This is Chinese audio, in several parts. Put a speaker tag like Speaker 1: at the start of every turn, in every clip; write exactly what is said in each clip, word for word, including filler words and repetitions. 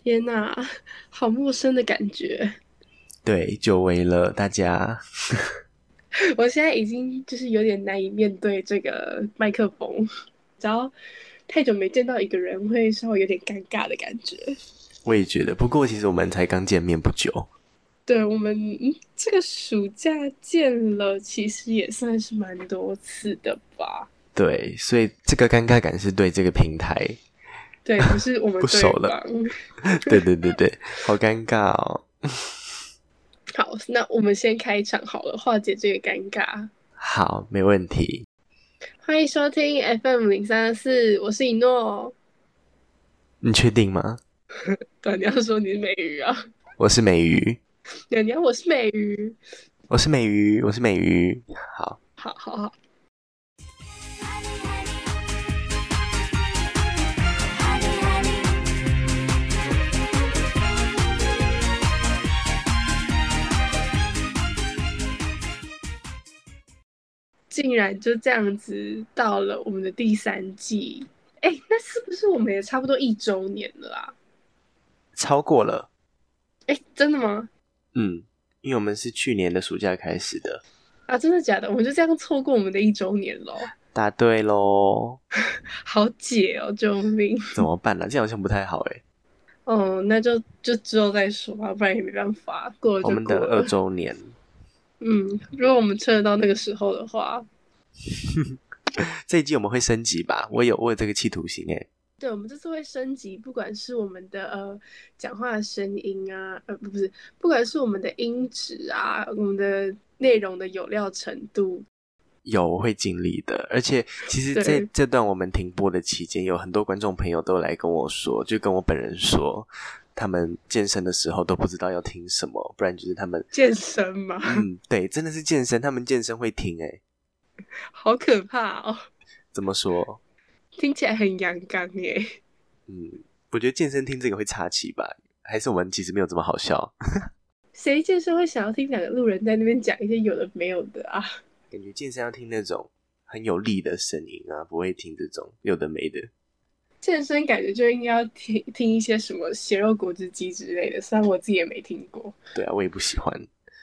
Speaker 1: 天哪，好陌生的感觉。
Speaker 2: 对，久违了大家。
Speaker 1: 我现在已经就是有点难以面对这个麦克风，只要太久没见到一个人，会稍微有点尴尬的感觉。
Speaker 2: 我也觉得，不过其实我们才刚见面不久。
Speaker 1: 对，我们嗯这个暑假见了，其实也算是蛮多次的吧。
Speaker 2: 对，所以这个尴尬感是对这个平台
Speaker 1: 对，不是我们
Speaker 2: 不熟了。
Speaker 1: 对方。
Speaker 2: 对对对对，好尴尬哦。
Speaker 1: 好，那我们先开场好了，化解这个尴尬。
Speaker 2: 好，没问题。
Speaker 1: 欢迎收听 F M 零三四，我是一诺。
Speaker 2: 你确定吗？
Speaker 1: 对，你要说你是美鱼啊？
Speaker 2: 我是美鱼，
Speaker 1: 对，你要我是美鱼。
Speaker 2: 我是美鱼，我是美鱼。好，
Speaker 1: 好好好。竟然就这样子到了我们的第三季，哎，那是不是我们也差不多一周年了啊？
Speaker 2: 超过了。
Speaker 1: 哎，真的吗？
Speaker 2: 嗯，因为我们是去年的暑假开始的。
Speaker 1: 啊，真的假的？我们就这样错过我们的一周年咯。
Speaker 2: 答对咯。
Speaker 1: 好解哦，救命！
Speaker 2: 怎么办呢、啊？这样好像不太好诶。
Speaker 1: 哦，那就就之后再说吧，不然也没办法，过了
Speaker 2: 我
Speaker 1: 就
Speaker 2: 们的二
Speaker 1: 过了。
Speaker 2: 周年。
Speaker 1: 嗯，如果我们撑得到那个时候的话，
Speaker 2: 这一季我们会升级吧？我有我有这个企图心诶。
Speaker 1: 对，我们这次会升级，不管是我们的呃讲话的声音啊，呃不不是，不管是我们的音质啊，我们的内容的有料程度。
Speaker 2: 有，我会尽力的。而且，其实在
Speaker 1: 对，
Speaker 2: 这段我们停播的期间，有很多观众朋友都来跟我说，就跟我本人说，他们健身的时候都不知道要听什么，不然就是他们
Speaker 1: 健身嘛，
Speaker 2: 嗯，对，真的是健身，他们健身会听诶。
Speaker 1: 好可怕哦，
Speaker 2: 怎么说？
Speaker 1: 听起来很阳刚耶。
Speaker 2: 嗯，我觉得健身听这个会岔气吧？还是我们其实没有这么好笑？
Speaker 1: 谁健身会想要听两个路人在那边讲一些有的没有的啊？
Speaker 2: 感觉健身要听那种很有力的声音啊，不会听这种有的没的。
Speaker 1: 健身感觉就应该要听听一些什么血肉果汁机之类的，虽然我自己也没听过。
Speaker 2: 对啊，我也不喜欢。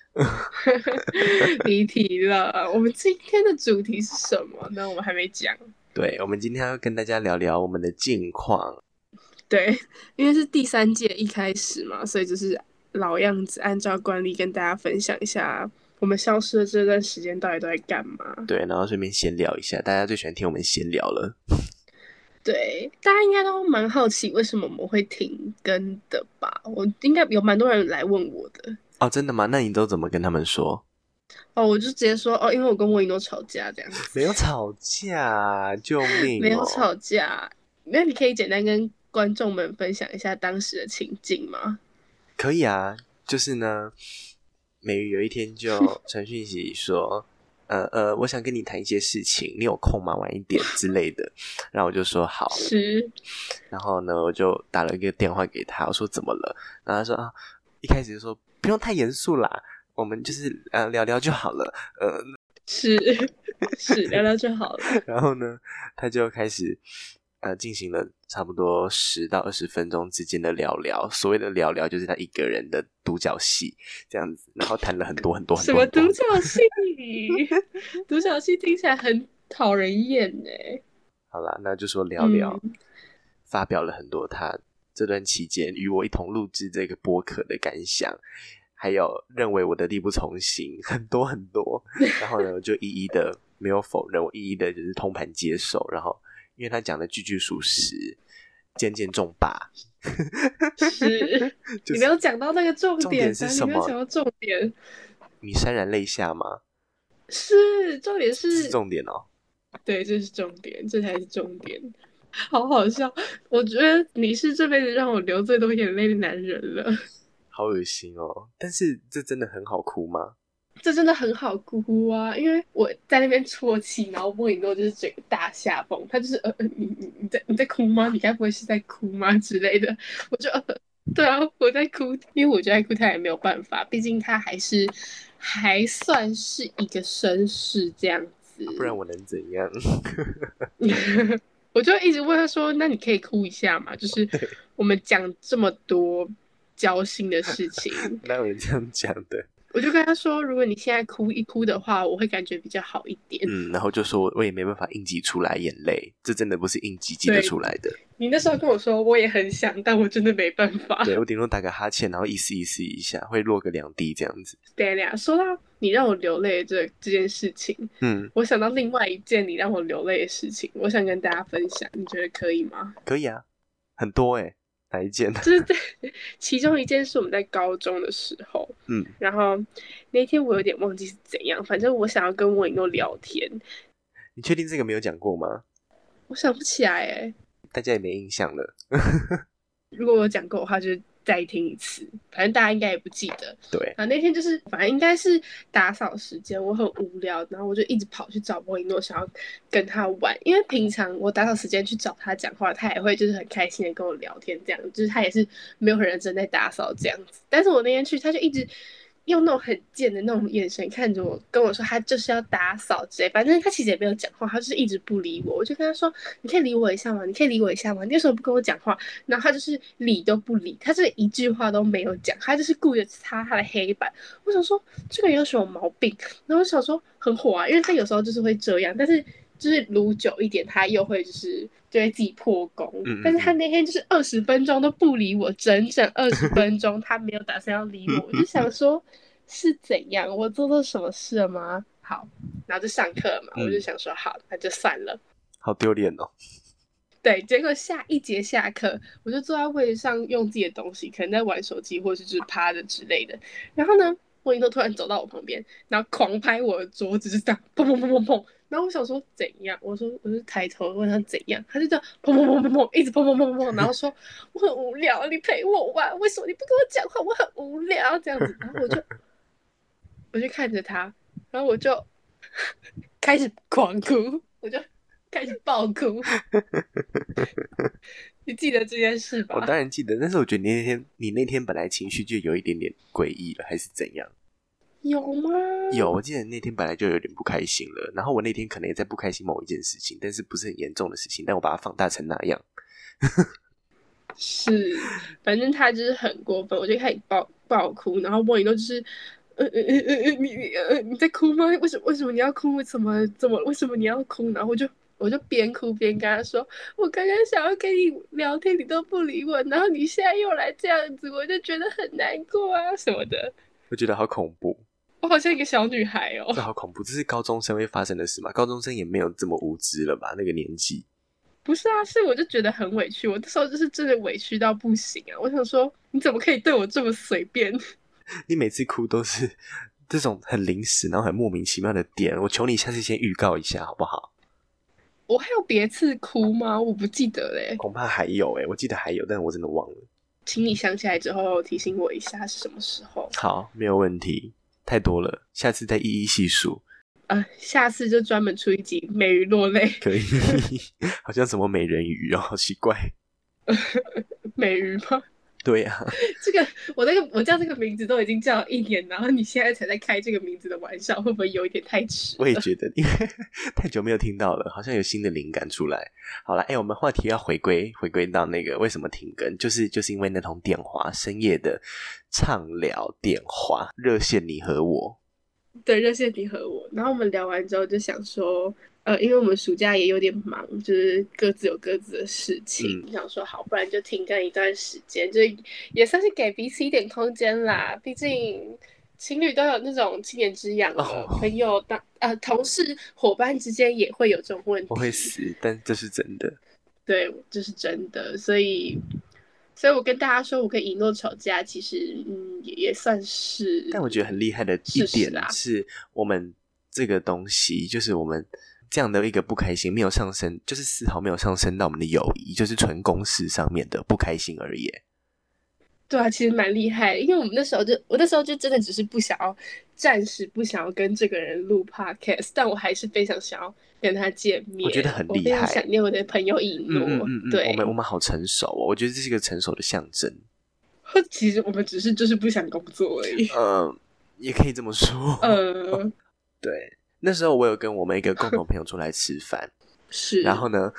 Speaker 1: 离题了，我们今天的主题是什么呢？我们还没讲。
Speaker 2: 对，我们今天要跟大家聊聊我们的近况。
Speaker 1: 对，因为是第三届一开始嘛，所以就是老样子，按照惯例跟大家分享一下我们消失的这段时间到底都在干嘛。
Speaker 2: 对，然后顺便闲聊一下，大家最喜欢听我们闲聊了。
Speaker 1: 对，大家应该都蛮好奇为什么我们会停更的吧？我应该有蛮多人来问我的。
Speaker 2: 哦，真的吗？那你都怎么跟他们说？
Speaker 1: 哦，我就直接说哦，因为我跟莫一诺吵架这样子。
Speaker 2: 没有吵架，救命
Speaker 1: 没有
Speaker 2: 哦！
Speaker 1: 吵架。那你可以简单跟观众们分享一下当时的情境吗？
Speaker 2: 可以啊，就是呢，美瑜有一天就传讯息说，呃呃，我想跟你谈一些事情，你有空吗？晚一点之类的。然后我就说好。
Speaker 1: 是，
Speaker 2: 然后呢，我就打了一个电话给他，我说怎么了？然后他说啊，一开始就说不用太严肃啦，我们就是呃聊聊就好了，呃，
Speaker 1: 是是，聊聊就好了。
Speaker 2: 然后呢，他就开始呃进行了差不多十到二十分钟之间的聊聊。所谓的聊聊，就是他一个人的独角戏这样子，然后谈了很多很多很
Speaker 1: 什么
Speaker 2: 多很多。
Speaker 1: 独角戏？独角戏听起来很讨人厌哎。
Speaker 2: 好啦，那就说聊聊，
Speaker 1: 嗯，
Speaker 2: 发表了很多他这段期间与我一同录制这个播客的感想。还有认为我的力不从心，很多很多，然后呢，我就一一的没有否认，我一一的就是通盘接受，然后因为他讲的句句属实，件件中靶。
Speaker 1: 是，
Speaker 2: 就是、
Speaker 1: 你没有讲到那个重
Speaker 2: 重
Speaker 1: 点，
Speaker 2: 点是什么？
Speaker 1: 你没有讲到重点。
Speaker 2: 你潸然泪下吗？
Speaker 1: 是，重点
Speaker 2: 这是
Speaker 1: 是，
Speaker 2: 重点哦。
Speaker 1: 对，这是重点，这才是重点。好好笑，我觉得你是这辈子让我流最多眼泪的男人了。
Speaker 2: 好恶心哦！但是这真的很好哭吗？
Speaker 1: 这真的很好哭啊，因为我在那边啜泣，然后莫影诺就是整个大下风，他就是呃呃，你你你在你在哭吗？你该不会是在哭吗之类的？我就呃，对啊，我在哭，因为我觉得哭他也没有办法，毕竟他还是还算是一个绅士这样子。
Speaker 2: 啊、不然我能怎样？
Speaker 1: 我就一直问他说：“那你可以哭一下嘛？就是我们讲这么多交心的事情。”
Speaker 2: 哪有人这样讲的？
Speaker 1: 我就跟他说：“如果你现在哭一哭的话，我会感觉比较好一点。”
Speaker 2: 嗯，然后就说我也没办法硬挤出来眼泪，这真的不是硬挤挤得出来的。
Speaker 1: 你那时候跟我说我也很想，但我真的没办法。
Speaker 2: 对，我顶多打个哈欠，然后意思意思一下，会落个两滴这样子。
Speaker 1: 对呀，说到你让我流泪这这件事情，
Speaker 2: 嗯，
Speaker 1: 我想到另外一件你让我流泪的事情，我想跟大家分享，你觉得可以吗？
Speaker 2: 可以啊，很多哎、欸，哪一件？
Speaker 1: 就是在其中一件是我们在高中的时候，
Speaker 2: 嗯，
Speaker 1: 然后那天我有点忘记是怎样，反正我想要跟我一诺聊天。
Speaker 2: 你确定这个没有讲过吗？
Speaker 1: 我想不起来哎，
Speaker 2: 大家也没印象了。
Speaker 1: 如果我讲过的话，就是再听一次，反正大家应该也不记得。
Speaker 2: 对
Speaker 1: 啊，那天就是反正应该是打扫时间，我很无聊，然后我就一直跑去找莫一诺，想要跟他玩。因为平常我打扫时间去找他讲话，他也会就是很开心的跟我聊天，这样就是他也是没有很认真在打扫这样子。但是我那天去，他就一直用那种很贱的那种眼神看着我，跟我说他就是要打扫之类。反正他其实也没有讲话，他就是一直不理我。我就跟他说：“你可以理我一下吗？你可以理我一下吗？你为什么不跟我讲话？”然后他就是理都不理，他是一句话都没有讲，他就是顾着擦他的黑板。我想说这个人有什么毛病？然后我想说很火啊，因为他有时候就是会这样，但是就是撸久一点，他又会就是就会自己破功。
Speaker 2: 嗯嗯嗯
Speaker 1: 但是他那天就是二十分钟都不理我，整整二十分钟他没有打算要理我，我就想说是怎样？我做错什么事了吗？好，然后就上课嘛，
Speaker 2: 嗯
Speaker 1: 我就想说好，那就算了。
Speaker 2: 好丢脸哦。
Speaker 1: 对，结果下一节下课，我就坐在位置上用自己的东西，可能在玩手机，或者是就是趴着之类的。然后呢，莫一诺突然走到我旁边，然后狂拍我的桌子，就这样砰砰砰砰砰。然后我想说怎样？我说我就抬头问他怎样，他就这样砰砰砰砰砰，一直砰砰砰砰砰，然后说我很无聊，你陪我玩，为什么你不跟我讲话？我很无聊这样子。然后我就我就看着他，然后我就开始狂哭，我就开始爆哭。你记得这件事吧？
Speaker 2: 我当然记得，但是我觉得你那天你那天本来情绪就有一点点诡异了，还是怎样？
Speaker 1: 有吗？
Speaker 2: 有，我记得那天本来就有点不开心了，然后我那天可能也在不开心某一件事情，但是不是很严重的事情，但我把它放大成那样。
Speaker 1: 是，反正他就是很过分，我就开始爆爆哭，然后莫影都就是呃呃呃呃，你你呃你在哭吗？为什么为什么你要哭？为什么怎么为什么你要哭？然后我就我就边哭边跟他说，我刚刚想要跟你聊天，你都不理我，然后你现在又来这样子，我就觉得很难过啊什么的。
Speaker 2: 我觉得好恐怖，
Speaker 1: 我好像一个小女孩哦。
Speaker 2: 这好恐怖，这是高中生会发生的事吗？高中生也没有这么无知了吧？那个年纪。
Speaker 1: 不是啊，是我就觉得很委屈，我那时候就是真的委屈到不行啊！我想说，你怎么可以对我这么随便？
Speaker 2: 你每次哭都是这种很临时，然后很莫名其妙的点，我求你下次先预告一下好不好？
Speaker 1: 我还有别次哭吗？我不记得嘞。
Speaker 2: 恐怕还有诶、欸，我记得还有，但我真的忘了。
Speaker 1: 请你想起来之后提醒我一下是什么时候。
Speaker 2: 好，没有问题，太多了，下次再一一细数。
Speaker 1: 呃，下次就专门出一集美鱼落泪。
Speaker 2: 可以，好像什么美人鱼哦，好奇怪。
Speaker 1: 美鱼吗？
Speaker 2: 对啊，
Speaker 1: 这个我那个我叫这个名字都已经叫了一年，然后你现在才在开这个名字的玩笑，会不会有一点太迟了？
Speaker 2: 我也觉得，因为太久没有听到了，好像有新的灵感出来。好了，哎、欸，我们话题要回归，回归到那个为什么停更，就是就是因为那通电话，深夜的畅聊电话，热线你和我。
Speaker 1: 对，热线你和我，然后我们聊完之后就想说，呃，因为我们暑假也有点忙，就是各自有各自的事情，嗯、想说好，不然就停更一段时间，就也算是给彼此一点空间啦。毕竟情侣都有那种七年之痒了，哦、朋友当呃同事伙伴之间也会有这种问题。
Speaker 2: 我会死，但这是真的。
Speaker 1: 对，这是真的，所以。所以我跟大家说，我跟一诺吵架，其实嗯也也算是。
Speaker 2: 但我觉得很厉害的一点是，我们这个东西，就是我们这样的一个不开心，没有上升，就是丝毫没有上升到我们的友谊，就是纯公事上面的不开心而已。
Speaker 1: 对啊，其实蛮厉害的，因为我们那时候就，我那时候就真的只是不想要，暂时不想要跟这个人录 podcast， 但我还是非常想要跟他见面。
Speaker 2: 我觉得很厉害，
Speaker 1: 我非常想念我的朋友以诺。
Speaker 2: 嗯嗯嗯，
Speaker 1: 对，
Speaker 2: 我们我们好成熟哦，我觉得这是一个成熟的象征。
Speaker 1: 其实我们只是就是不想工作而已。
Speaker 2: 呃，也可以这么说。
Speaker 1: 呃，
Speaker 2: 对，那时候我有跟我们一个共同朋友出来吃饭，
Speaker 1: 是，
Speaker 2: 然后呢。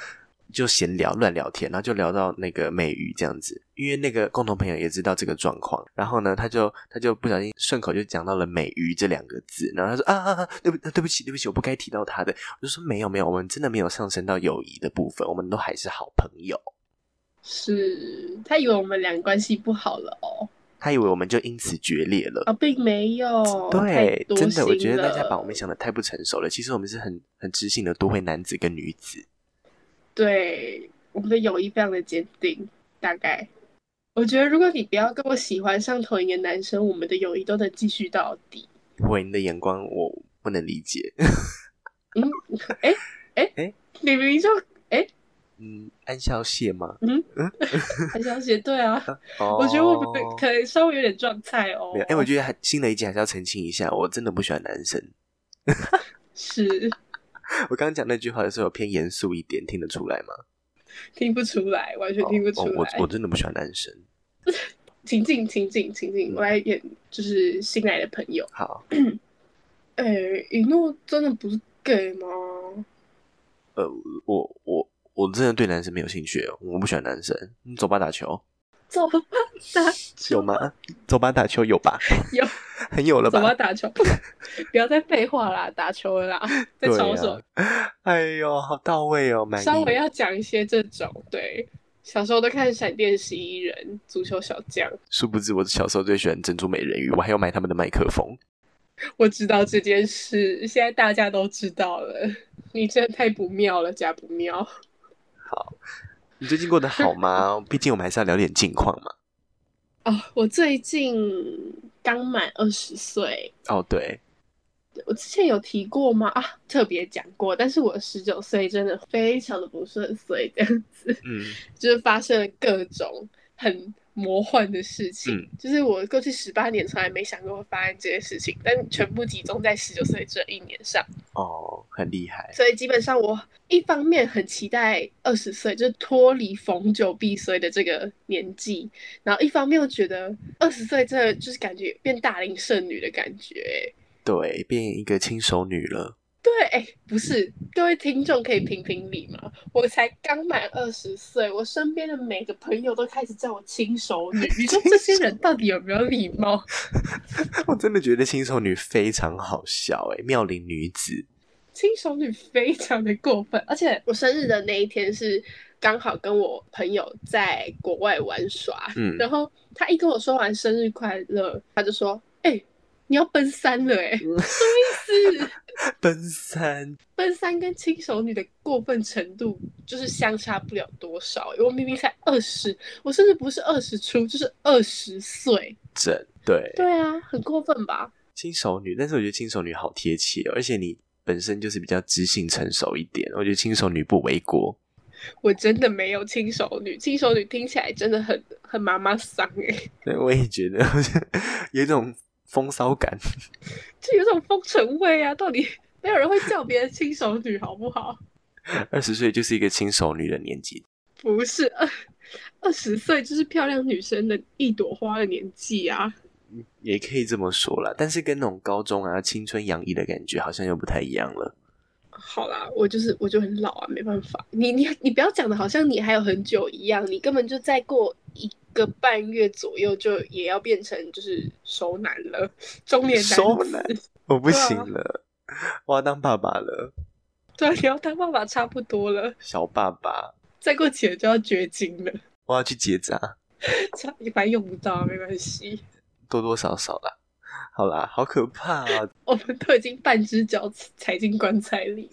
Speaker 2: 就闲聊乱聊天，然后就聊到那个美鱼这样子，因为那个共同朋友也知道这个状况，然后呢他就他就不小心顺口就讲到了美鱼这两个字，然后他说啊啊啊对不对不起对不起我不该提到他的，我就说没有没有，我们真的没有上升到友谊的部分，我们都还是好朋友。
Speaker 1: 是他以为我们俩关系不好了哦，
Speaker 2: 他以为我们就因此决裂了。
Speaker 1: 哦，并没有，
Speaker 2: 对，真的，我
Speaker 1: 觉
Speaker 2: 得大家把我们想的太不成熟了。其实我们是很很知性的都会男子跟女子。
Speaker 1: 对，我们的友谊非常的坚定。大概，我觉得如果你不要跟我喜欢上同一个男生，我们的友谊都能继续到底。
Speaker 2: 喂，你的眼光我不能理解。
Speaker 1: 嗯，哎哎哎，你明明就哎。
Speaker 2: 嗯，安孝燮吗？
Speaker 1: 嗯嗯，安孝燮，对啊，
Speaker 2: 哦、
Speaker 1: 我觉得我们可能稍微有点撞菜哦。
Speaker 2: 没有，哎，我觉得新的一季还是要澄清一下，我真的不喜欢男生。
Speaker 1: 是，
Speaker 2: 我刚刚讲那句话的时候有偏严肃一点，听得出来吗？
Speaker 1: 听不出来，完全听不出来。
Speaker 2: 哦哦、我我真的不喜欢男生。
Speaker 1: 情境，情境，情境，我来演就是新来的朋友。
Speaker 2: 好，
Speaker 1: 哎，一诺真的不是 gay 吗？
Speaker 2: 呃，我我。我真的对男生没有兴趣，我不喜欢男生。你走吧打球，
Speaker 1: 走吧打球
Speaker 2: 有吗？走吧打球有吧？
Speaker 1: 有，
Speaker 2: 很有了吧？
Speaker 1: 走吧打球，不要再废话啦，打球了啦，在吵什么？
Speaker 2: 啊、哎呦，好到位哦，满意。
Speaker 1: 稍微要讲一些这种，对，小时候都看闪电十一人、足球小将。
Speaker 2: 殊不知，我小时候最喜欢珍珠美人鱼，我还要买他们的麦克风。
Speaker 1: 我知道这件事，现在大家都知道了。你真的太不妙了，假不妙。
Speaker 2: 好，你最近过得好吗？毕竟我们还是要聊点近况嘛。
Speaker 1: 哦，我最近刚满二十岁。
Speaker 2: 哦，对，
Speaker 1: 我之前有提过吗？啊，特别讲过。但是我十九岁真的非常的不顺遂，这样子，
Speaker 2: 嗯，
Speaker 1: 就是发生了各种很魔幻的事情。
Speaker 2: 嗯、
Speaker 1: 就是我过去十八年从来没想过会发生这些事情，但全部集中在十九岁这一年上。
Speaker 2: 哦，很厉害。
Speaker 1: 所以基本上我一方面很期待二十岁，就是脱离逢九必衰的这个年纪，然后一方面又觉得二十岁真的就是感觉变大龄剩女的感觉。
Speaker 2: 对，变一个轻熟女了。
Speaker 1: 对，哎，不是，各位听众可以评评理吗？我才刚满二十岁，我身边的每个朋友都开始叫我轻熟女，你说这些人到底有没有礼貌？
Speaker 2: 我真的觉得轻熟女非常好笑，哎，妙龄女子。
Speaker 1: 轻熟女非常的过分，而且我生日的那一天是刚好跟我朋友在国外玩耍，嗯，然后他一跟我说完生日快乐，他就说：“哎、欸，你要奔三了、欸，哎，什么意思？
Speaker 2: 奔三，
Speaker 1: 奔三跟轻熟女的过分程度就是相差不了多少、欸。我明明才二十，我甚至不是二十出，就是二十岁，
Speaker 2: 整对
Speaker 1: 对啊，很过分吧？
Speaker 2: 轻熟女，但是我觉得轻熟女好贴切、哦，而且你。”本身就是比较知性成熟一点，我觉得轻熟女不为过。
Speaker 1: 我真的没有轻熟女，轻熟女听起来真的很很妈妈桑哎。
Speaker 2: 对，我也觉得有一种风骚感，
Speaker 1: 就有种风尘味啊！到底没有人会叫别人轻熟女，好不好？
Speaker 2: 二十岁就是一个轻熟女的年纪，
Speaker 1: 不是二二十岁就是漂亮女生的一朵花的年纪啊。
Speaker 2: 也可以这么说啦，但是跟那种高中啊青春洋溢的感觉好像又不太一样了。
Speaker 1: 好啦，我就是我就很老啊，没办法。你你你不要讲的好像你还有很久一样，你根本就再过一个半月左右就也要变成就是熟男了，中年男子。
Speaker 2: 熟男，我不行了，啊、我要当爸爸了。
Speaker 1: 对啊，你要当爸爸差不多了，
Speaker 2: 小爸爸，
Speaker 1: 再过几年就要绝经了。
Speaker 2: 我要去结扎，
Speaker 1: 反正用不到，没关系。
Speaker 2: 多多少少啦，好啦，好可怕啊！
Speaker 1: 我们都已经半只脚踩进棺材里，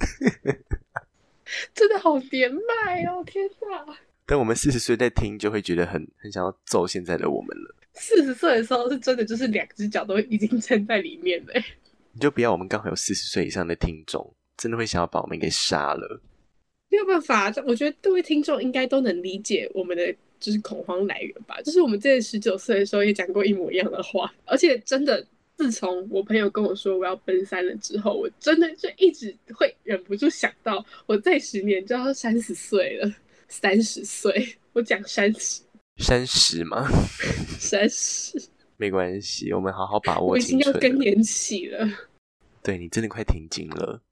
Speaker 1: 真的好年迈哦！天哪！
Speaker 2: 等我们四十岁再听，就会觉得很很想要揍现在的我们了。
Speaker 1: 四十岁的时候是真的就是两只脚都已经撑在里面了。
Speaker 2: 你就不要我们刚好有四十岁以上的听众，真的会想要把我们给杀了。
Speaker 1: 没有办法，我觉得各位听众应该都能理解我们的就是恐慌来源吧。就是我们在十九岁的时候也讲过一模一样的话，而且真的，自从我朋友跟我说我要奔三了之后，我真的就一直会忍不住想到，我再十年就要三十岁了，三十岁，我讲三十，
Speaker 2: 三十吗？
Speaker 1: 三十，
Speaker 2: 没关系，我们好好把握
Speaker 1: 我已经
Speaker 2: 青春了。
Speaker 1: 要更年期了。
Speaker 2: 对，你真的快停经了。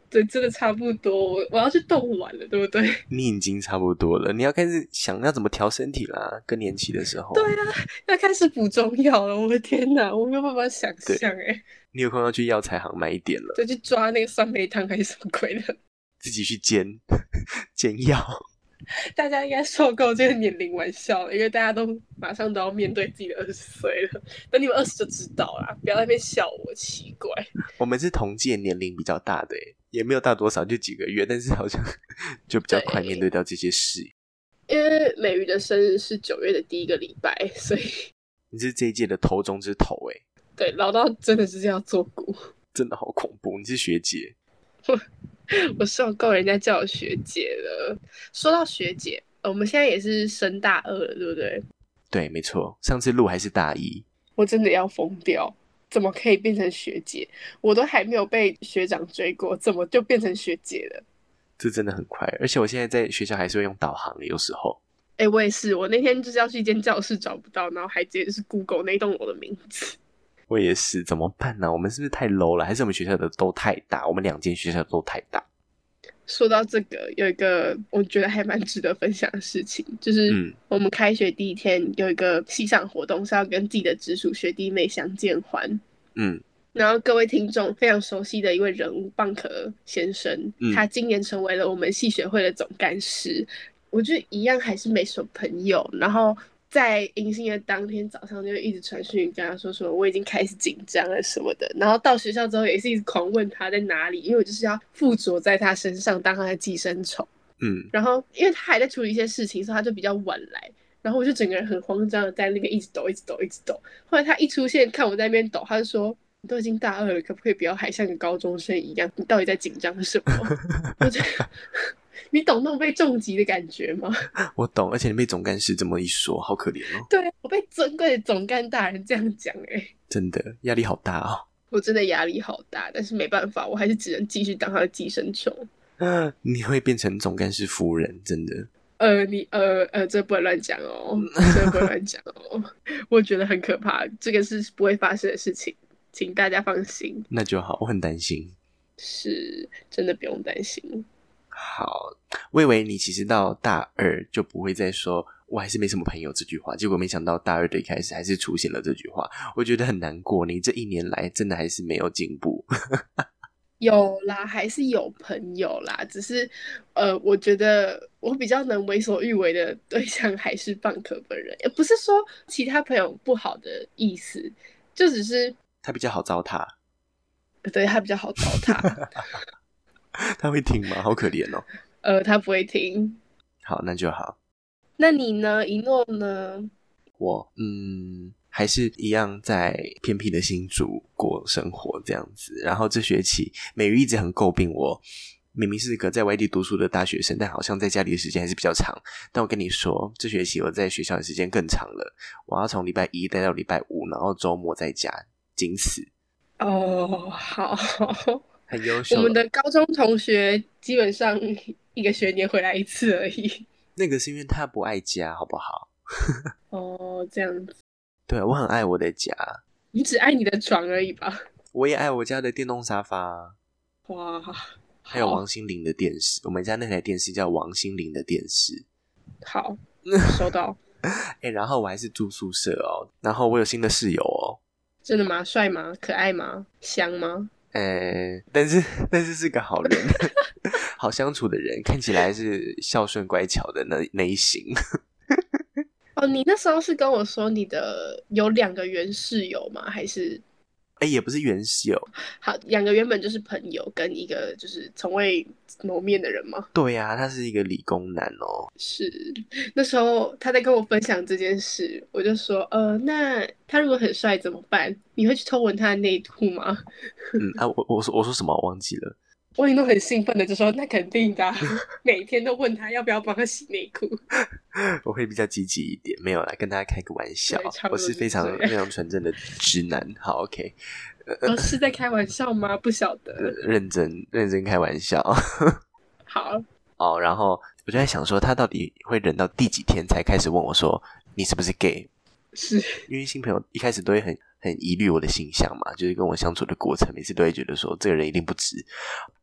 Speaker 1: 对，真的差不多，我我要去动完了，对不对？
Speaker 2: 你已经差不多了，你要开始想要怎么调身体啦。更年期的时候，
Speaker 1: 对啊，要开始补中药了，我的天哪，我没有办法想象哎。
Speaker 2: 你有空要去药材行买一点了，
Speaker 1: 就去抓那个酸梅汤还是什么鬼的，
Speaker 2: 自己去煎煎药。
Speaker 1: 大家应该受够这个年龄玩笑了，因为大家都马上都要面对自己的二十岁了。等你们二十就知道啦，不要在那边笑我奇怪。
Speaker 2: 我们是同届年龄比较大的，也没有大多少，就几个月，但是好像就比较快面对到这些事。
Speaker 1: 因为美瑜的生日是九月的第一个礼拜，所以
Speaker 2: 你是这一届的头中之头哎。
Speaker 1: 对，老到真的是要做股，
Speaker 2: 真的好恐怖。你是学姐，
Speaker 1: 我受够人家叫我学姐了。说到学姐，我们现在也是升大二了，对不对？
Speaker 2: 对，没错。上次录还是大一，
Speaker 1: 我真的要疯掉，怎么可以变成学姐？我都还没有被学长追过，怎么就变成学姐了？
Speaker 2: 这真的很快，而且我现在在学校还是会用导航，有时候。
Speaker 1: 哎、欸，我也是，我那天就是要去一间教室找不到，然后还直接就是 Google 那栋楼的名字。
Speaker 2: 我也是，怎么办呢？我们是不是太 low 了？还是我们学校的都太大？我们两间学校都太大。
Speaker 1: 说到这个，有一个我觉得还蛮值得分享的事情，就是我们开学第一天有一个系上活动，是要跟自己的直属学弟妹相见欢。嗯。然后各位听众非常熟悉的一位人物蚌壳先生，嗯、他今年成为了我们系学会的总干事。我觉得一样还是没什么朋友，然后在迎新的当天早上就一直传讯跟他说说我已经开始紧张了什么的，然后到学校之后也是一直狂问他在哪里，因为我就是要附着在他身上当他的寄生虫。嗯，然后因为他还在处理一些事情，所以他就比较晚来，然后我就整个人很慌张的在那边一直抖一直抖一直抖。后来他一出现看我在那边抖，他就说你都已经大二了，可不可以不要还像个高中生一样？你到底在紧张什么？我觉得你懂那种被重击的感觉吗？
Speaker 2: 我懂，而且你被总干事这么一说，好可怜哦。
Speaker 1: 对，我被尊贵的总干大人这样讲，哎，
Speaker 2: 真的压力好大哦。
Speaker 1: 我真的压力好大，但是没办法，我还是只能继续当他的寄生虫。
Speaker 2: 你会变成总干事夫人，真的。
Speaker 1: 呃，你呃呃，这不能乱讲哦，这不能乱讲哦，我觉得很可怕，这个是不会发生的事情，请大家放心。
Speaker 2: 那就好，我很担心。
Speaker 1: 是，真的不用担心。
Speaker 2: 好，我以为你其实到大二就不会再说我还是没什么朋友这句话，结果没想到大二的一开始还是出现了这句话，我觉得很难过，你这一年来真的还是没有进步。
Speaker 1: 有啦，还是有朋友啦，只是呃，我觉得我比较能为所欲为的对象还是蚌壳本人，也不是说其他朋友不好的意思，就只是
Speaker 2: 他比较好糟蹋，
Speaker 1: 对，他比较好糟蹋。
Speaker 2: 他会听吗？好可怜哦。
Speaker 1: 呃，他不会听。
Speaker 2: 好，那就好。
Speaker 1: 那你呢？一诺呢？
Speaker 2: 我嗯。还是一样在偏僻的新竹过生活这样子，然后这学期美瑜一直很诟病我，明明是个在外地读书的大学生，但好像在家里的时间还是比较长。但我跟你说，这学期我在学校的时间更长了，我要从礼拜一待到礼拜五，然后周末在家，仅此。
Speaker 1: 哦，好，
Speaker 2: 很优秀。
Speaker 1: 我们的高中同学基本上一个学年回来一次而已。
Speaker 2: 那个是因为他不爱家，好不好？
Speaker 1: 哦，这样子。
Speaker 2: 对，我很爱我的家。
Speaker 1: 你只爱你的床而已吧？
Speaker 2: 我也爱我家的电动沙发。
Speaker 1: 哇，
Speaker 2: 还有王心凌的电视，我们家那台电视叫王心凌的电视。
Speaker 1: 好，收到。
Speaker 2: 欸，然后我还是住宿舍哦，然后我有新的室友哦。
Speaker 1: 真的吗？帅吗？可爱吗？香吗？
Speaker 2: 呃，但是但是是个好人，好相处的人，看起来是孝顺乖巧的那那一型。
Speaker 1: 哦，你那时候是跟我说你的有两个原室友吗？还是？
Speaker 2: 哎，也不是原室友。
Speaker 1: 好，两个原本就是朋友，跟一个就是从未谋面的人吗？
Speaker 2: 对呀、啊，他是一个理工男哦。
Speaker 1: 是，那时候他在跟我分享这件事，我就说，呃，那他如果很帅怎么办？你会去偷闻他的内裤吗？
Speaker 2: 嗯啊，我我说我说什么我忘记了。
Speaker 1: 我也都很兴奋的就说，那肯定的、啊，每天都问他要不要帮他洗内裤。
Speaker 2: 我会比较积极一点，没有啦，跟大家开个玩笑，我是非常非常纯正的直男。好 ，OK，
Speaker 1: 呃、哦，是在开玩笑吗？不晓得，
Speaker 2: 认真认真开玩笑。
Speaker 1: 好
Speaker 2: 哦，然后我就在想说，他到底会忍到第几天才开始问我说你是不是 gay？
Speaker 1: 是
Speaker 2: 因为新朋友一开始都会很很疑虑我的形象嘛，就是跟我相处的过程，每次都会觉得说这个人一定不直。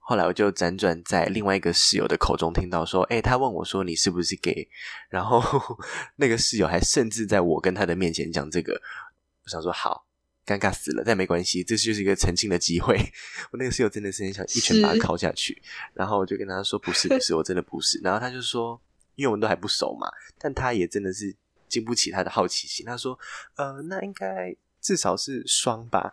Speaker 2: 后来我就辗转在另外一个室友的口中听到说，诶、欸、他问我说你是不是 gay， 然后那个室友还甚至在我跟他的面前讲这个，我想说好，尴尬死了，但没关系，这就是一个澄清的机会。我那个室友真的是很想一拳把他敲下去，然后我就跟他说不是不是，我真的不是。然后他就说，因为我们都还不熟嘛，但他也真的是经不起他的好奇心，他说呃，那应该至少是双吧。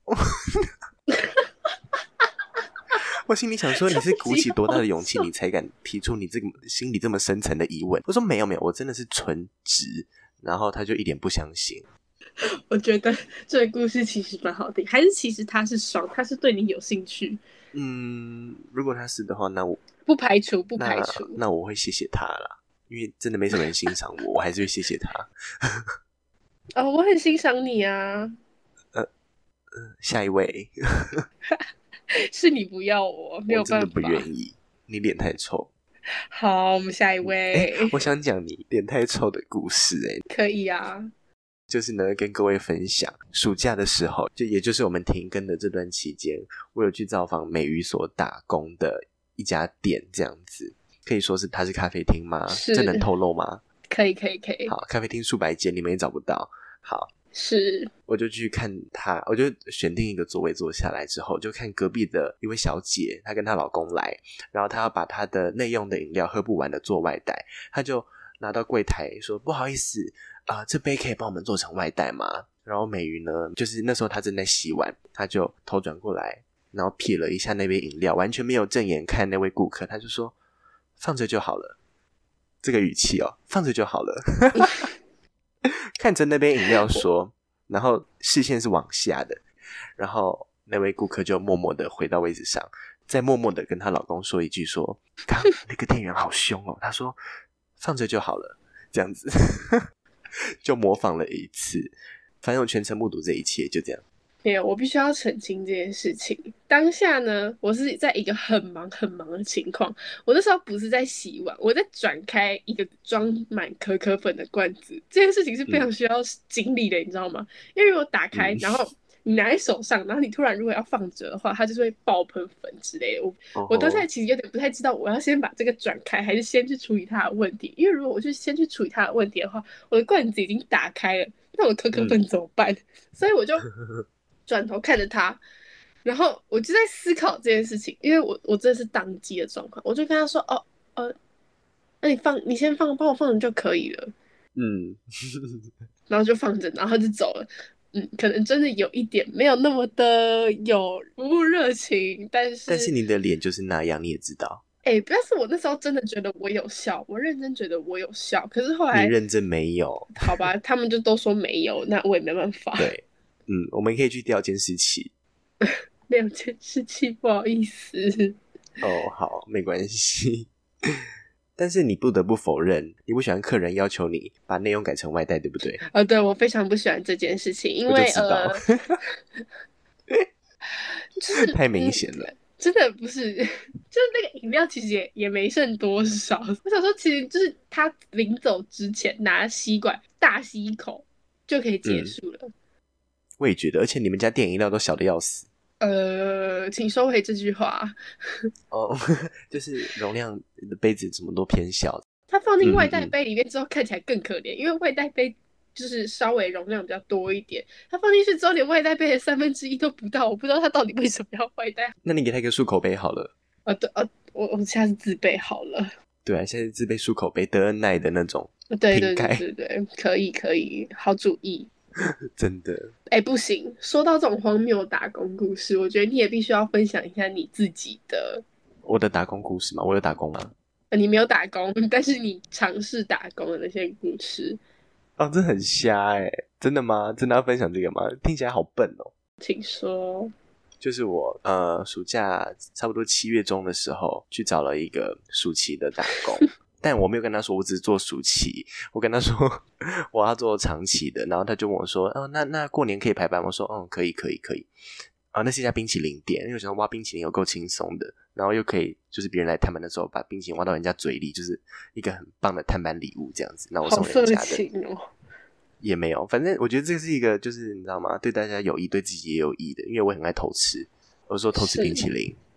Speaker 2: 我心里想说，你是鼓起多大的勇气你才敢提出你这个心里这么深层的疑问？我说没有没有，我真的是纯直。然后他就一点不相信。
Speaker 1: 我觉得这个故事其实蛮好听，还是其实他是爽，他是对你有兴趣？
Speaker 2: 嗯，如果他是的话，那我
Speaker 1: 不排除不排除
Speaker 2: 那, 那我会谢谢他啦，因为真的没什么人欣赏我，我还是会谢谢他。
Speaker 1: 哦，我很欣赏你啊。
Speaker 2: 呃呃，下一位。
Speaker 1: 是你不要我，没有办法，
Speaker 2: 我真的不愿意，你脸太臭。
Speaker 1: 好，我们下一位。
Speaker 2: 欸、我想讲你脸太臭的故事、欸。
Speaker 1: 可以啊。
Speaker 2: 就是呢，跟各位分享，暑假的时候，就也就是我们停更的这段期间，我有去造访美语所打工的一家店，这样子可以说是它是咖啡厅吗？这能透露吗？
Speaker 1: 可以可以可以。
Speaker 2: 好，咖啡厅数百间，你们也找不到。好，
Speaker 1: 是，
Speaker 2: 我就去看他，我就选定一个座位坐下来之后，就看隔壁的一位小姐，她跟她老公来，然后她要把她的内用的饮料喝不完的做外带，她就拿到柜台说不好意思啊、呃，这杯可以帮我们做成外带吗？然后美瑜呢，就是那时候她正在洗碗，她就头转过来，然后瞥了一下那杯饮料，完全没有正眼看那位顾客，她就说放着就好了，这个语气哦，放着就好了。看着那杯饮料说，然后视线是往下的，然后那位顾客就默默的回到位置上，再默默的跟她老公说一句说，刚那个店员好凶哦，他说放着就好了，这样子就模仿了一次，反正我全程目睹这一切，就这样。
Speaker 1: 没有，我必须要澄清这件事情。当下呢，我是在一个很忙很忙的情况，我那时候不是在洗碗，我在转开一个装满可可粉的罐子。这件事情是非常需要精力的，嗯、你知道吗？因为我打开，嗯、然后你拿在手上，然后你突然如果要放着的话，它就是会爆喷粉之类的。我、哦、我当下其实有点不太知道，我要先把这个转开，还是先去处理它的问题？因为如果我去先去处理它的问题的话，我的罐子已经打开了，那我可可粉怎么办？嗯、所以我就转头看着他，然后我就在思考这件事情，因为我我真的是当机的状况，我就跟他说：“哦，呃，那你放，你先放，帮我放着就可以了。”嗯，然后就放着，然后就走了。嗯，可能真的有一点没有那么的有服务热情，但是
Speaker 2: 但是你的脸就是那样，你也知道。
Speaker 1: 哎、欸，但是我那时候真的觉得我有笑，我认真觉得我有笑，可是后来
Speaker 2: 你认真没有？
Speaker 1: 好吧，他们就都说没有，那我也没办法。
Speaker 2: 对。嗯，我们可以去调监视器。
Speaker 1: 没有监视器，不好意思。
Speaker 2: 哦，好，没关系。但是你不得不否认，你不喜欢客人要求你把内容改成外带，对不对？
Speaker 1: 呃，对，我非常不喜欢这件事情，因为
Speaker 2: 我就知道，
Speaker 1: 呃、就是
Speaker 2: 太明显了、
Speaker 1: 嗯。真的不是，就是那个饮料其实也也没剩多少。我想说，其实就是他临走之前拿吸管大吸一口就可以结束了。嗯、
Speaker 2: 我也觉得，而且你们家店饮料都小的要死。
Speaker 1: 呃，请收回这句话。
Speaker 2: 哦，就是容量的杯子怎么都偏小。
Speaker 1: 它放进外带杯里面之后，看起来更可怜，嗯嗯嗯，因为外带杯就是稍微容量比较多一点。它放进去之后，连外带杯的三分之一都不到，我不知道它到底为什么要外带。
Speaker 2: 那你给他一个漱口杯好了。
Speaker 1: 啊，对啊，我我现在是自备好了。
Speaker 2: 对啊，现在是自备漱口杯，德恩奈的那种。
Speaker 1: 对对对对对，可以可以，好主意。
Speaker 2: 真的。
Speaker 1: 哎、欸，不行，说到这种荒谬的打工故事，我觉得你也必须要分享一下你自己的。
Speaker 2: 我的打工故事吗？我有打工吗？
Speaker 1: 呃、你没有打工，但是你尝试打工的那些故事。
Speaker 2: 哦，这很瞎哎、欸！真的吗？真的要分享这个吗？听起来好笨哦。
Speaker 1: 请说。
Speaker 2: 就是我呃，暑假差不多七月中的时候，去找了一个暑期的打工。但我没有跟他说我只做暑期，我跟他说我要做长期的，然后他就问我说哦，那那过年可以排班吗？我说嗯，可以可以可以啊，那是一家冰淇淋店，因为我想挖冰淇淋有够轻松的，然后又可以就是别人来探班的时候把冰淇淋挖到人家嘴里，就是一个很棒的探班礼物这样子，那我送人家的。好色情哦。也没有，反正我觉得这是一个就是你知道吗，对大家有益对自己也有益的，因为我很爱偷吃，我说偷吃冰淇淋，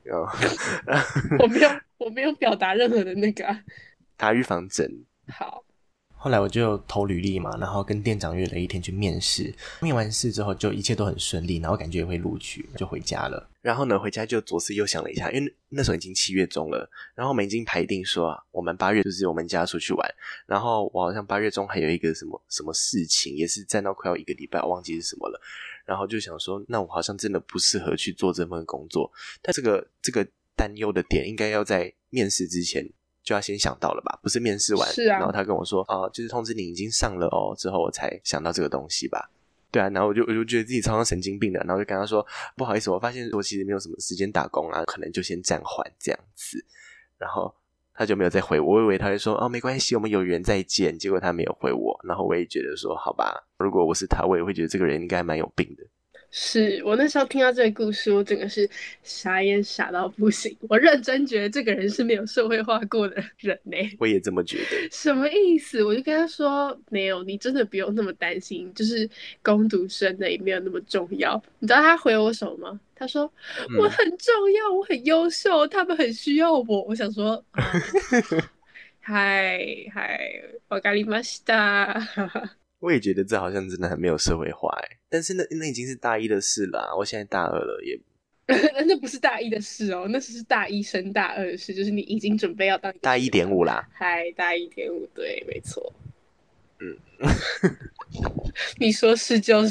Speaker 1: 我没有我没有表达任何的那个、啊、
Speaker 2: 打预防针。
Speaker 1: 好，
Speaker 2: 后来我就投履历嘛，然后跟店长约了一天去面试。面完试之后就一切都很顺利，然后感觉也会录取，就回家了。然后呢，回家就左思右想了一下，因为那时候已经七月中了，然后我们已经排定说、啊、我们八月就是我们家出去玩，然后我好像八月中还有一个什么什么事情，也是站到快要一个礼拜，我忘记是什么了。然后就想说，那我好像真的不适合去做这份工作。但这个这个担忧的点应该要在面试之前就要先想到了吧，不是面试完
Speaker 1: 是啊，
Speaker 2: 然后他跟我说啊、呃，就是通知你已经上了哦，之后我才想到这个东西吧。对啊，然后我就我就觉得自己超像神经病的，然后就跟他说不好意思，我发现我其实没有什么时间打工啊，可能就先暂缓这样子。然后他就没有再回我，我以为他会说哦没关系，我们有缘再见，结果他没有回我。然后我也觉得说好吧，如果我是他，我也会觉得这个人应该蛮有病的。
Speaker 1: 是我那时候听到这个故事，我整个是傻眼傻到不行。我认真觉得这个人是没有社会化过的人呢、欸。
Speaker 2: 我也这么觉得。
Speaker 1: 什么意思？我就跟他说，没有，你真的不用那么担心，就是工读生的也没有那么重要。你知道他回我什么吗？他说、嗯、我很重要，我很优秀，他们很需要我。我想说，嗨嗨，わかりました。
Speaker 2: 我也觉得这好像真的很没有社会化诶，但是那那已经是大一的事了、啊，我现在大二了也。
Speaker 1: 那不是大一的事哦，那是大一升大二的事，就是你已经准备要当一
Speaker 2: 大一点五啦。
Speaker 1: 嗨，大一点五，对，没错。
Speaker 2: 嗯，
Speaker 1: 你说是就是，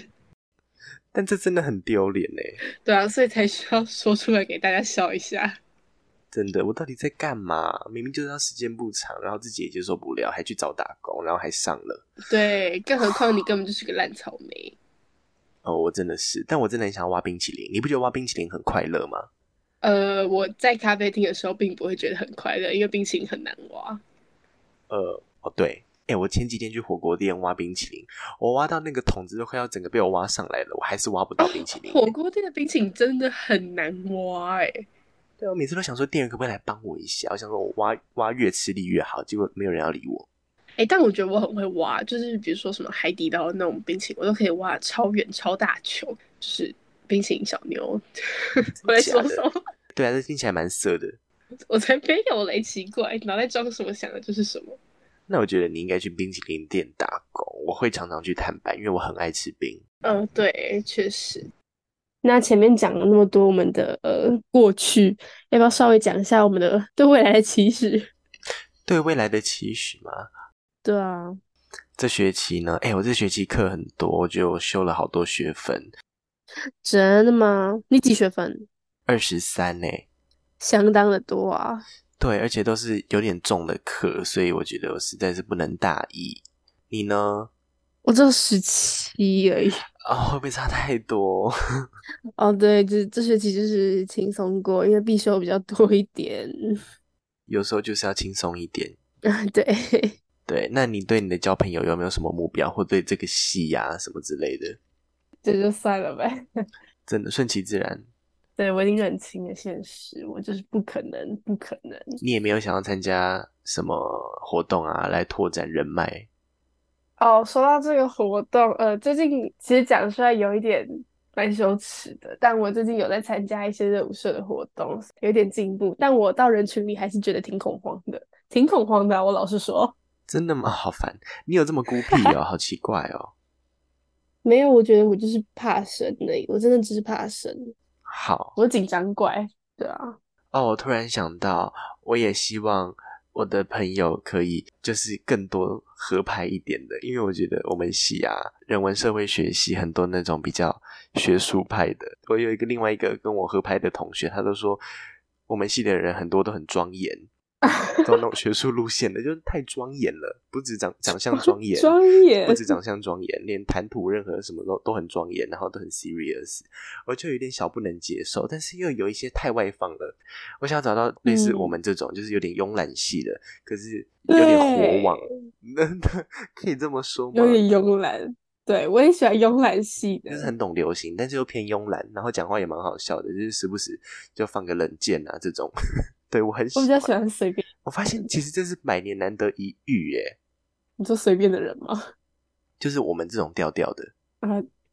Speaker 2: 但这真的很丢脸欸。
Speaker 1: 对啊，所以才需要说出来给大家笑一下。
Speaker 2: 真的，我到底在干嘛？明明就知道时间不长，然后自己也接受不了，还去找打工，然后还上了。
Speaker 1: 对，更何况你根本就是个烂草莓。
Speaker 2: 哦，我真的是，但我真的很想要挖冰淇淋。你不觉得挖冰淇淋很快乐吗？
Speaker 1: 呃，我在咖啡厅的时候并不会觉得很快乐，因为冰淇淋很难挖。
Speaker 2: 呃，哦对，哎，我前几天去火锅店挖冰淇淋，我挖到那个桶子都快要整个被我挖上来了，我还是挖不到冰淇淋。
Speaker 1: 哦、火锅店的冰淇淋真的很难挖哎。
Speaker 2: 对，我每次都想说店员可不可以来帮我一下，我想说我挖挖越吃力越好，结果没有人要理我。
Speaker 1: 哎，但我觉得我很会挖，就是比如说什么海底捞的那种冰淇淋，我都可以挖超远超大球，就是冰淇淋小妞。我在说什么？
Speaker 2: 对啊，这听起来蛮色的。
Speaker 1: 我才没有嘞，奇怪，脑袋装什么想的就是什么。
Speaker 2: 那我觉得你应该去冰淇淋店打工，我会常常去探班，因为我很爱吃冰。
Speaker 1: 嗯、呃，对，确实。那前面讲了那么多我们的呃过去，要不要稍微讲一下我们的对未来的期许？
Speaker 2: 对未来的期许吗？
Speaker 1: 对啊，
Speaker 2: 这学期呢，哎、欸，我这学期课很多，我就修了好多学分。
Speaker 1: 真的吗？你几学分？
Speaker 2: 二十三呢，
Speaker 1: 相当的多啊。
Speaker 2: 对，而且都是有点重的课，所以我觉得我实在是不能大意。你呢？
Speaker 1: 我只有十七而已。
Speaker 2: 哦，会不会差太多？
Speaker 1: 哦，对，这这学期就是轻松过，因为必修比较多一点。
Speaker 2: 有时候就是要轻松一点。
Speaker 1: 啊，对。
Speaker 2: 对，那你对你的交朋友有没有什么目标，或对这个系呀、啊、什么之类的？
Speaker 1: 这就算了呗。
Speaker 2: 真的顺其自然。
Speaker 1: 对，我已经认清了现实，我就是不可能，不可能。
Speaker 2: 你也没有想要参加什么活动啊，来拓展人脉？
Speaker 1: 哦，说到这个活动，呃，最近其实讲出来有一点蛮羞耻的，但我最近有在参加一些热舞社的活动，有点进步，但我到人群里还是觉得挺恐慌的，挺恐慌的啊，我老实说。
Speaker 2: 真的吗？好烦，你有这么孤僻哦，好奇怪哦。
Speaker 1: 没有，我觉得我就是怕生而已，我真的只是怕生。
Speaker 2: 好，
Speaker 1: 我紧张怪，对啊。
Speaker 2: 哦，我突然想到，我也希望我的朋友可以就是更多合拍一点的，因为我觉得我们系啊，人文社会学系很多那种比较学术派的。我有一个另外一个跟我合拍的同学，他都说我们系的人很多都很庄严。走那种学术路线的，就是太庄严了，不止长长相庄严，
Speaker 1: 庄严
Speaker 2: 不止长相庄严，连谈吐任何什么都都很庄严，然后都很 serious， 我就有点小不能接受，但是又有一些太外放了。我想要找到类似我们这种，嗯、就是有点慵懒系的，可是有点火网，可以这么说吗？
Speaker 1: 有点慵懒。对，我也喜欢慵懒系的，
Speaker 2: 就是很懂流行，但是又偏慵懒，然后讲话也蛮好笑的，就是时不时就放个冷箭啊这种。对，我很喜欢，
Speaker 1: 我比较喜欢随便。
Speaker 2: 我发现其实这是百年难得一遇耶。
Speaker 1: 你说随便的人吗？
Speaker 2: 就是我们这种调调的
Speaker 1: 啊，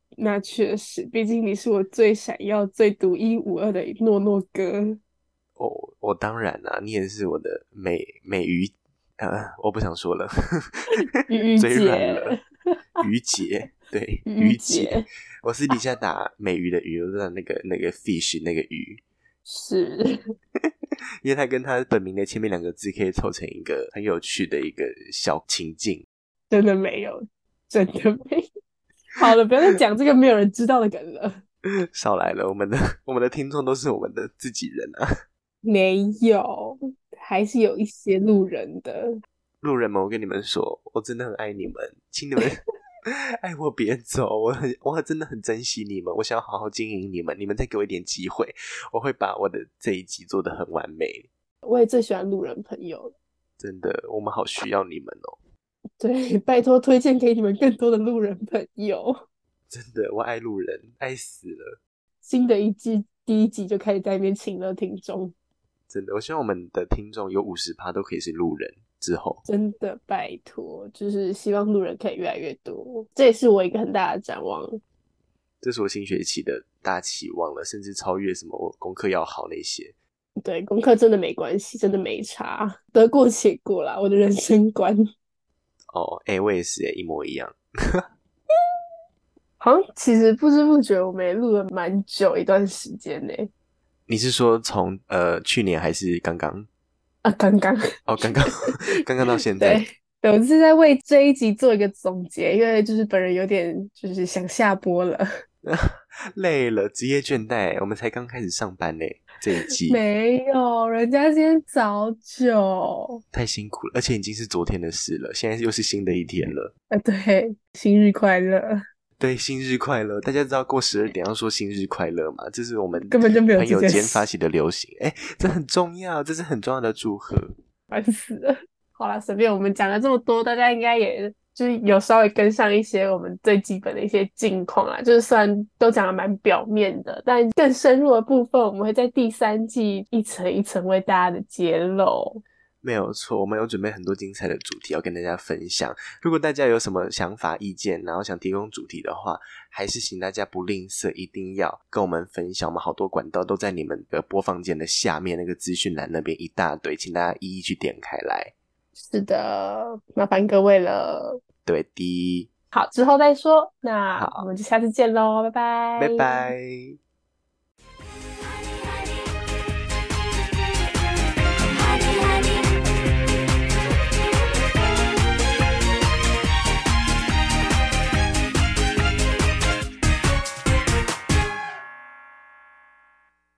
Speaker 1: 那确实，毕竟你是我最闪耀、最独一无二的诺诺哥。
Speaker 2: 哦，我当然啦、你也是我的美美鱼，呃，我不想说了，
Speaker 1: 鱼鱼
Speaker 2: 嘴软了，
Speaker 1: 姐，
Speaker 2: 鱼姐，对，
Speaker 1: 鱼鱼
Speaker 2: 鱼姐，
Speaker 1: 姐
Speaker 2: 我私底下打美鱼的鱼，我知道那个那个 fish 那个鱼，
Speaker 1: 是
Speaker 2: 因为它跟它本名的前面两个字可以凑成一个很有趣的一个小情境。
Speaker 1: 真的没有，真的没有。好了，不要再讲这个没有人知道的梗了。
Speaker 2: 少来了，我们的我们的听众都是我们的自己人啊，
Speaker 1: 没有，还是有一些路人的。
Speaker 2: 路人们，我跟你们说，我真的很爱你们，请你们爱我别走，我很我真的很珍惜你们，我想要好好经营你们，你们再给我一点机会，我会把我的这一集做得很完美。
Speaker 1: 我也最喜欢路人朋友了。
Speaker 2: 真的，我们好需要你们哦！
Speaker 1: 对，拜托推荐给你们更多的路人朋友。
Speaker 2: 真的，我爱路人，爱死了！
Speaker 1: 新的一季第一集就开始在那边请了听众，
Speaker 2: 真的，我希望我们的听众有五十趴都可以是路人。之后，
Speaker 1: 真的拜托，就是希望路人可以越来越多，这也是我一个很大的展望。
Speaker 2: 这是我新学期的大期望了，甚至超越什么我功课要好那些。
Speaker 1: 对，功课真的没关系，真的没差，得过且过啦，我的人生观。
Speaker 2: 哦，哎、欸，我也是、欸，一模一样。
Speaker 1: 好像其实不知不觉我们也录了蛮久一段时间呢。
Speaker 2: 你是说从呃去年还是刚刚？
Speaker 1: 啊，刚刚
Speaker 2: 哦，刚刚刚刚到现在。
Speaker 1: 对，对，我是在为这一集做一个总结，因为就是本人有点就是想下播了。
Speaker 2: 累了，职业倦怠，我们才刚开始上班呢，这一季
Speaker 1: 没有，人家今天早九。
Speaker 2: 太辛苦了，而且已经是昨天的事了，现在又是新的一天了。
Speaker 1: 啊，对，生日快乐！
Speaker 2: 对，sinh日快乐！大家知道过十二点要说sinh日快乐吗？这是我们
Speaker 1: 根本就没有
Speaker 2: 朋友
Speaker 1: 这件事，
Speaker 2: 间发起的流行。哎，这很重要，这是很重要的祝贺。
Speaker 1: 烦死了。好啦，随便我们讲了这么多，大家应该也就是有稍微跟上一些我们最基本的一些近况啦。就是虽然都讲的蛮表面的，但更深入的部分，我们会在第三季一层一层为大家的揭露。
Speaker 2: 没有错，我们有准备很多精彩的主题要跟大家分享。如果大家有什么想法、意见，然后想提供主题的话，还是请大家不吝啬，一定要跟我们分享。我们好多管道都在你们的播放键的下面那个资讯栏那边一大堆，请大家一一去点开来。
Speaker 1: 是的，麻烦各位了。
Speaker 2: 对的，
Speaker 1: 好，之后再说。那我
Speaker 2: 好，
Speaker 1: 们就下次见喽，拜拜。
Speaker 2: 拜拜。